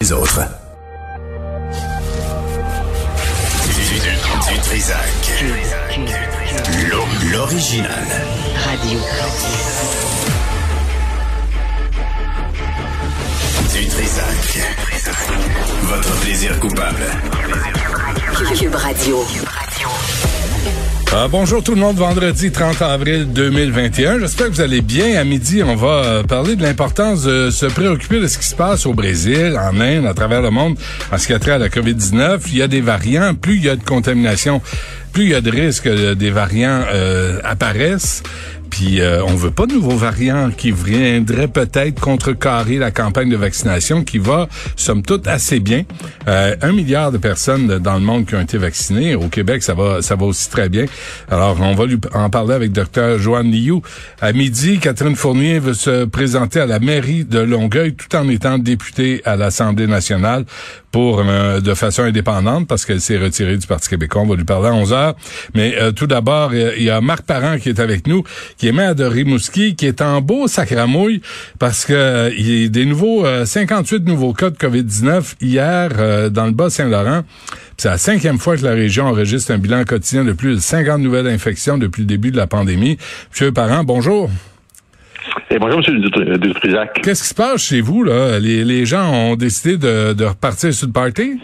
les autres. Du Trisac. L'original. Radio. Du Trisac. Votre plaisir coupable. Cube Radio. Bonjour tout le monde, vendredi 30 avril 2021. J'espère que vous allez bien. À midi, on va parler de l'importance de se préoccuper de ce qui se passe au Brésil, en Inde, à travers le monde, en ce qui a trait à la COVID-19. Il y a des variants. Plus il y a de contamination, plus il y a de risques que des variants apparaissent. Puis on veut pas de nouveaux variants qui viendraient peut-être contrecarrer la campagne de vaccination qui va, somme toute, assez bien. 1 milliard de personnes dans le monde qui ont été vaccinées. Au Québec, ça va aussi très bien. Alors, on va lui en parler avec Dr. Joanne Liu. À midi, Catherine Fournier veut se présenter à la mairie de Longueuil tout en étant députée à l'Assemblée nationale de façon indépendante parce qu'elle s'est retirée du Parti québécois. On va lui parler à 11h. Mais tout d'abord, il y a Marc Parent qui est avec nous, qui est maire de Rimouski, qui est en beau sacramouille parce que il y a des 58 nouveaux cas de COVID-19 hier dans le Bas-Saint-Laurent. C'est la 5e fois que la région enregistre un bilan quotidien de plus de 50 nouvelles infections depuis le début de la pandémie. Monsieur Parent, bonjour. Bonjour, M. Dutrisac. Qu'est-ce qui se passe chez vous, là? Les gens ont décidé de repartir sur le party?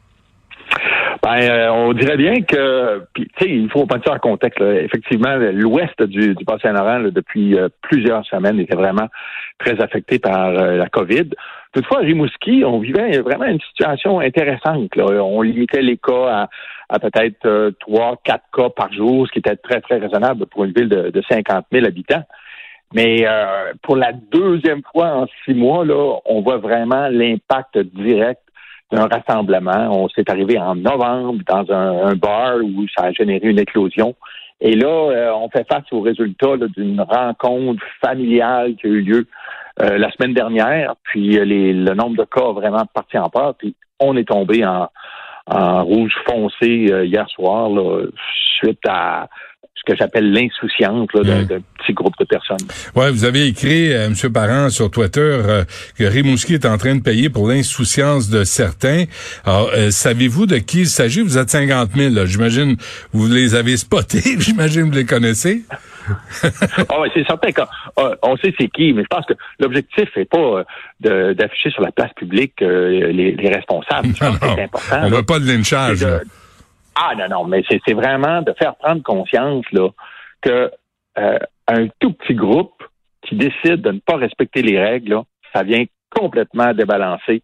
On dirait bien que, tu sais, il faut penser en contexte. Là. Effectivement, l'ouest du Bas-Saint-Laurent, depuis plusieurs semaines, était vraiment très affecté par la COVID. Toutefois, à Rimouski, on vivait vraiment une situation intéressante. Là. On limitait les cas à peut-être 3-4 cas par jour, ce qui était très, très raisonnable pour une ville de 50 000 habitants. Mais pour la deuxième fois en 6 mois, là, on voit vraiment l'impact direct d'un rassemblement. On s'est arrivé en novembre dans un bar où ça a généré une éclosion. Et là, on fait face aux résultats là, d'une rencontre familiale qui a eu lieu la semaine dernière. Puis le nombre de cas a vraiment parti en peur. Puis on est tombé en rouge foncé hier soir là, suite à ce que j'appelle l'insouciance d'un petit groupe de personnes. Ouais, vous avez écrit, M. Parent, sur Twitter, que Rimouski est en train de payer pour l'insouciance de certains. Alors, savez-vous de qui il s'agit? Vous êtes 50 000, là. J'imagine, vous les avez spotés, j'imagine que vous les connaissez. Oui, c'est certain qu'on sait c'est qui, mais je pense que l'objectif n'est pas d'afficher sur la place publique les responsables. Je pense que c'est important. On veut pas de lynchage, là. Ah non, mais c'est vraiment de faire prendre conscience là que un tout petit groupe qui décide de ne pas respecter les règles, là, ça vient complètement débalancer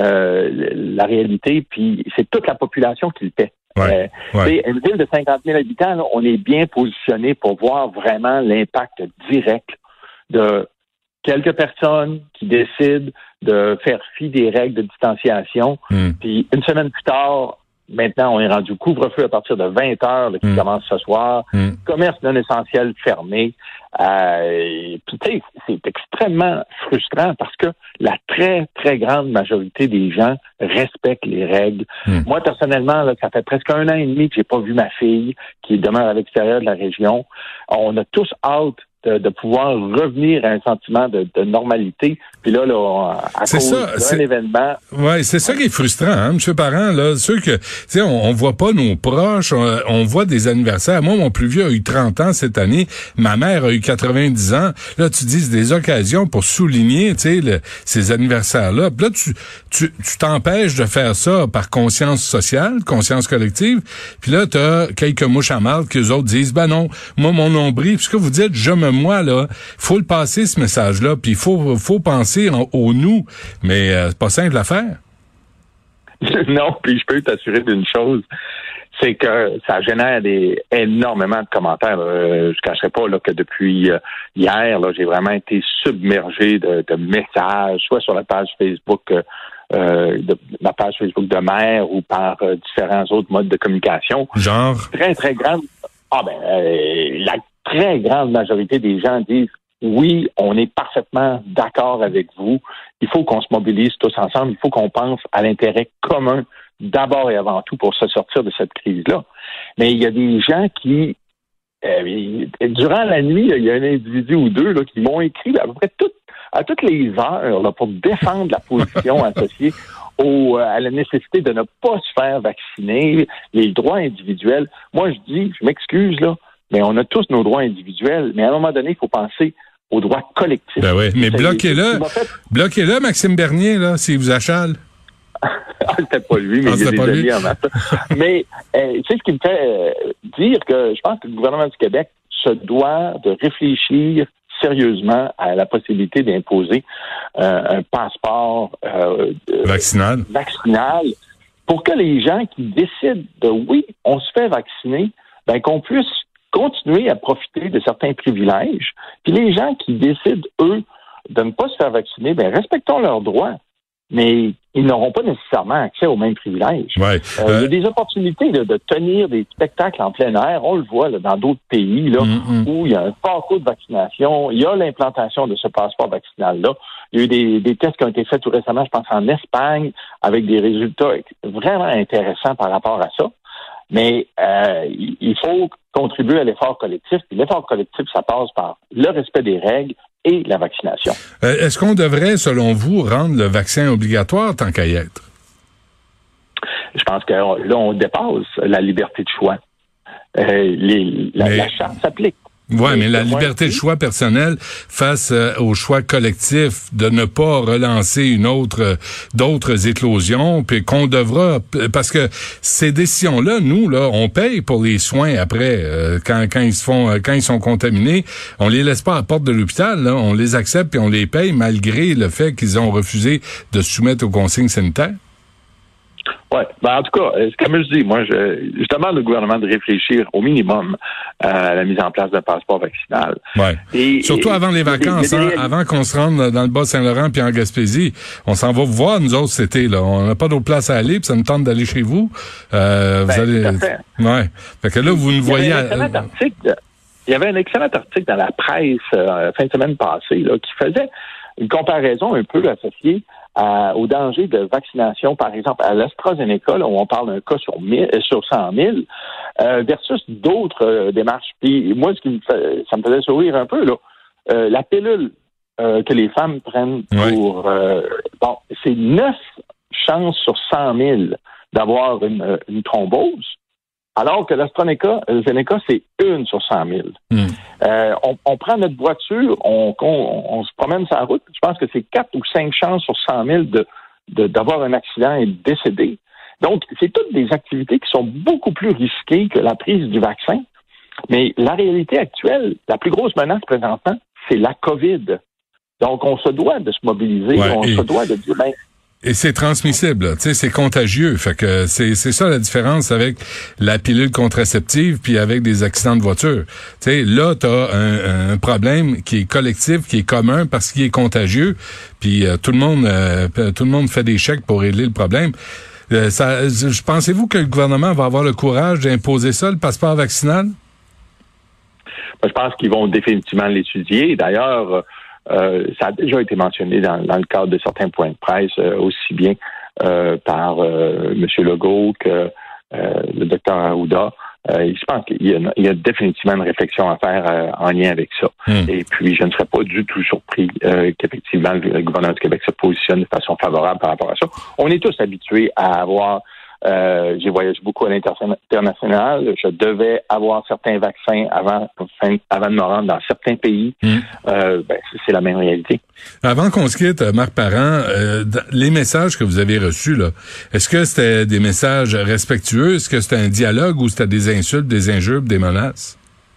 la réalité, puis c'est toute la population qui le fait. Ouais. Une ville de 50 000 habitants, là, on est bien positionné pour voir vraiment l'impact direct de quelques personnes qui décident de faire fi des règles de distanciation, puis une semaine plus tard, maintenant, on est rendu au couvre-feu à partir de 20 heures qui commence ce soir. Commerce non essentiel fermé. Puis, tu sais, c'est extrêmement frustrant parce que la très, très grande majorité des gens respectent les règles. Moi, personnellement, là, ça fait presque 1 an et demi que j'ai pas vu ma fille qui demeure à l'extérieur de la région. On a tous hâte de pouvoir revenir à un sentiment de normalité. Puis là, à cause d'un événement... Oui, c'est ça qui est frustrant, hein, M. Parent, là. Ceux que, tu sais, on voit pas nos proches, on voit des anniversaires. Moi, mon plus vieux a eu 30 ans cette année. Ma mère a eu 90 ans. Là, tu dis, c'est des occasions pour souligner, tu sais, ces anniversaires-là. Puis là, tu t'empêches de faire ça par conscience sociale, conscience collective. Puis là, t'as quelques mouches à marde qu'eux autres disent, ben non, moi, mon nombril, puisque vous dites, moi, là, faut le passer, ce message-là, puis il faut penser au nous, mais c'est pas simple à faire. Non, puis je peux t'assurer d'une chose, c'est que ça génère énormément de commentaires. Je ne cacherai pas là, que depuis hier, là, j'ai vraiment été submergé de messages, soit sur la page Facebook ma page Facebook de maire ou par différents autres modes de communication. Genre? Très, très grande. La très grande majorité des gens disent oui, on est parfaitement d'accord avec vous. Il faut qu'on se mobilise tous ensemble. Il faut qu'on pense à l'intérêt commun d'abord et avant tout pour se sortir de cette crise-là. Mais il y a des gens qui, durant la nuit, il y a un individu ou deux là, qui m'ont écrit à peu près à toutes les heures là, pour défendre la position associée à la nécessité de ne pas se faire vacciner, les droits individuels. Moi, je m'excuse, là, mais on a tous nos droits individuels, mais à un moment donné, il faut penser aux droits collectifs. Ben oui, mais bloquez-le, Maxime Bernier, là, s'il vous achale. C'était pas lui, mais il y a des amis en matin. Mais tu sais ce qui me fait dire que je pense que le gouvernement du Québec se doit de réfléchir sérieusement à la possibilité d'imposer un passeport vaccinal pour que les gens qui décident de oui, on se fait vacciner, ben qu'on puisse continuer à profiter de certains privilèges. Puis les gens qui décident, eux, de ne pas se faire vacciner, ben respectons leurs droits. Mais ils n'auront pas nécessairement accès aux mêmes privilèges. Ouais. Il y a des opportunités de tenir des spectacles en plein air. On le voit là, dans d'autres pays là, où il y a un fort taux de vaccination. Il y a l'implantation de ce passeport vaccinal-là. Il y a eu des tests qui ont été faits tout récemment, je pense, en Espagne, avec des résultats vraiment intéressants par rapport à ça. Mais il faut contribuer à l'effort collectif. Puis l'effort collectif, ça passe par le respect des règles et la vaccination. Est-ce qu'on devrait, selon vous, rendre le vaccin obligatoire tant qu'à y être? Je pense que là, on dépasse la liberté de choix. La charte s'applique. Oui, mais la liberté de choix personnel face au choix collectif de ne pas relancer d'autres éclosions, puis qu'on devra, parce que ces décisions-là, nous, là, on paye pour les soins après, quand ils sont contaminés, on les laisse pas à la porte de l'hôpital, là, on les accepte puis on les paye malgré le fait qu'ils ont refusé de se soumettre aux consignes sanitaires. Oui, ben en tout cas, comme je dis, moi, je demande au gouvernement de réfléchir au minimum à la mise en place d'un passeport vaccinal. Ouais. Surtout avant les vacances, avant qu'on se rende dans le Bas-Saint-Laurent puis en Gaspésie. On s'en va vous voir, nous autres, cet été, là. On n'a pas d'autre place à aller, puis ça nous tente d'aller chez vous. Vous allez. Tout à fait. Ouais. Fait que là, vous nous voyez. Il y avait un excellent article dans la presse fin de semaine passée là, qui faisait une comparaison un peu associée au danger de vaccination, par exemple, à l'AstraZeneca, là, où on parle d'un cas sur 100 000, versus d'autres démarches. Puis moi, ça me faisait sourire un peu, là. La pilule que les femmes prennent pour... c'est 9 chances sur 100 000 d'avoir une thrombose, alors que l'AstraZeneca, c'est 1 sur 100 000. On prend notre voiture, on se promène sur la route, je pense que c'est 4 ou 5 chances sur 100 000 d'avoir un accident et de décéder. Donc, c'est toutes des activités qui sont beaucoup plus risquées que la prise du vaccin. Mais la réalité actuelle, la plus grosse menace présentement, c'est la COVID. Donc, on se doit de se mobiliser, se doit de dire... Et c'est transmissible, tu sais, c'est contagieux. Fait que c'est ça la différence avec la pilule contraceptive puis avec des accidents de voiture. Tu sais, là, t'as un problème qui est collectif, qui est commun parce qu'il est contagieux. Puis tout le monde fait des chèques pour régler le problème. Pensez-vous que le gouvernement va avoir le courage d'imposer ça, le passeport vaccinal? Je pense qu'ils vont définitivement l'étudier. D'ailleurs, ça a déjà été mentionné dans le cadre de certains points de presse, aussi bien par M. Legault que le Dr Arruda. Je pense qu'il y a définitivement une réflexion à faire en lien avec ça. Et puis, je ne serais pas du tout surpris qu'effectivement le gouvernement du Québec se positionne de façon favorable par rapport à ça. On est tous habitués à avoir... j'ai voyagé beaucoup à l'international. Je devais avoir certains vaccins avant de me rendre dans certains pays. C'est la même réalité. Avant qu'on se quitte, Marc Parent, les messages que vous avez reçus, là, est-ce que c'était des messages respectueux? Est-ce que c'était un dialogue ou c'était des insultes, des injures, des menaces?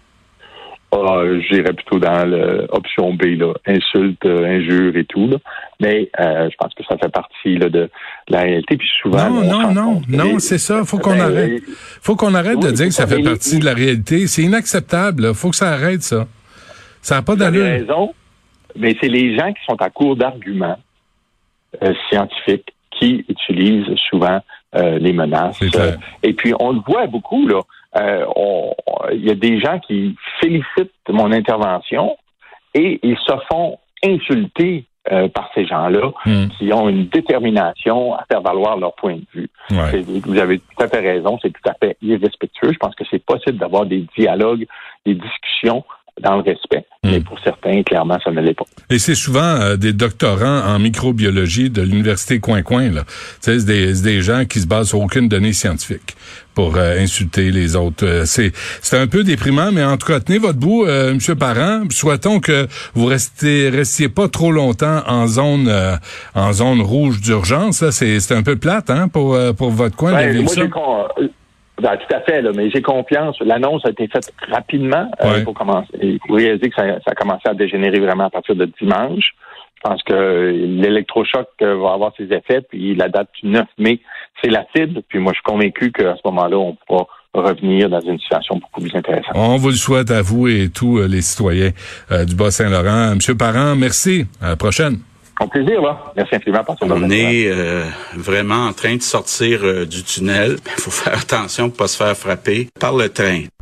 J'irais plutôt dans l'option B, là, insultes, injures et tout. Là. Mais je pense que ça fait partie là, de la réalité. Puis souvent, non, c'est ça. Faut qu'on arrête. Faut qu'on arrête de dire que ça fait partie de la réalité. C'est inacceptable. Là. Faut que ça arrête ça. Ça n'a pas d'allure. Vous avez raison. Mais c'est les gens qui sont à court d'arguments scientifiques qui utilisent souvent les menaces. Et puis on le voit beaucoup là. Il y a des gens qui félicitent mon intervention et ils se font insulter par ces gens-là qui ont une détermination à faire valoir leur point de vue. Ouais. Vous avez tout à fait raison, c'est tout à fait irrespectueux. Je pense que c'est possible d'avoir des dialogues, des discussions dans le respect. Mais pour certains, clairement, ça ne l'est pas. Et c'est souvent des doctorants en microbiologie de l'université Coin-Coin, là. C'est des gens qui se basent sur aucune donnée scientifique pour insulter les autres. C'est un peu déprimant, mais en tout cas, tenez votre bout, M. Parent. Souhaitons que vous restiez pas trop longtemps en zone rouge d'urgence. Là, c'est un peu plate, hein, pour votre coin de vivre ça. Tout à fait, là, mais j'ai confiance. L'annonce a été faite rapidement pour commencer. Il faut réaliser que ça a commencé à dégénérer vraiment à partir de dimanche. Je pense que l'électrochoc va avoir ses effets, puis la date du 9 mai, c'est la cible. Puis moi, je suis convaincu qu'à ce moment-là, on pourra revenir dans une situation beaucoup plus intéressante. On vous le souhaite à vous et tous les citoyens du Bas-Saint-Laurent. Monsieur Parent, merci. À la prochaine. Au plaisir, là. Merci infiniment. On est vraiment en train de sortir du tunnel. Il faut faire attention pour pas se faire frapper par le train.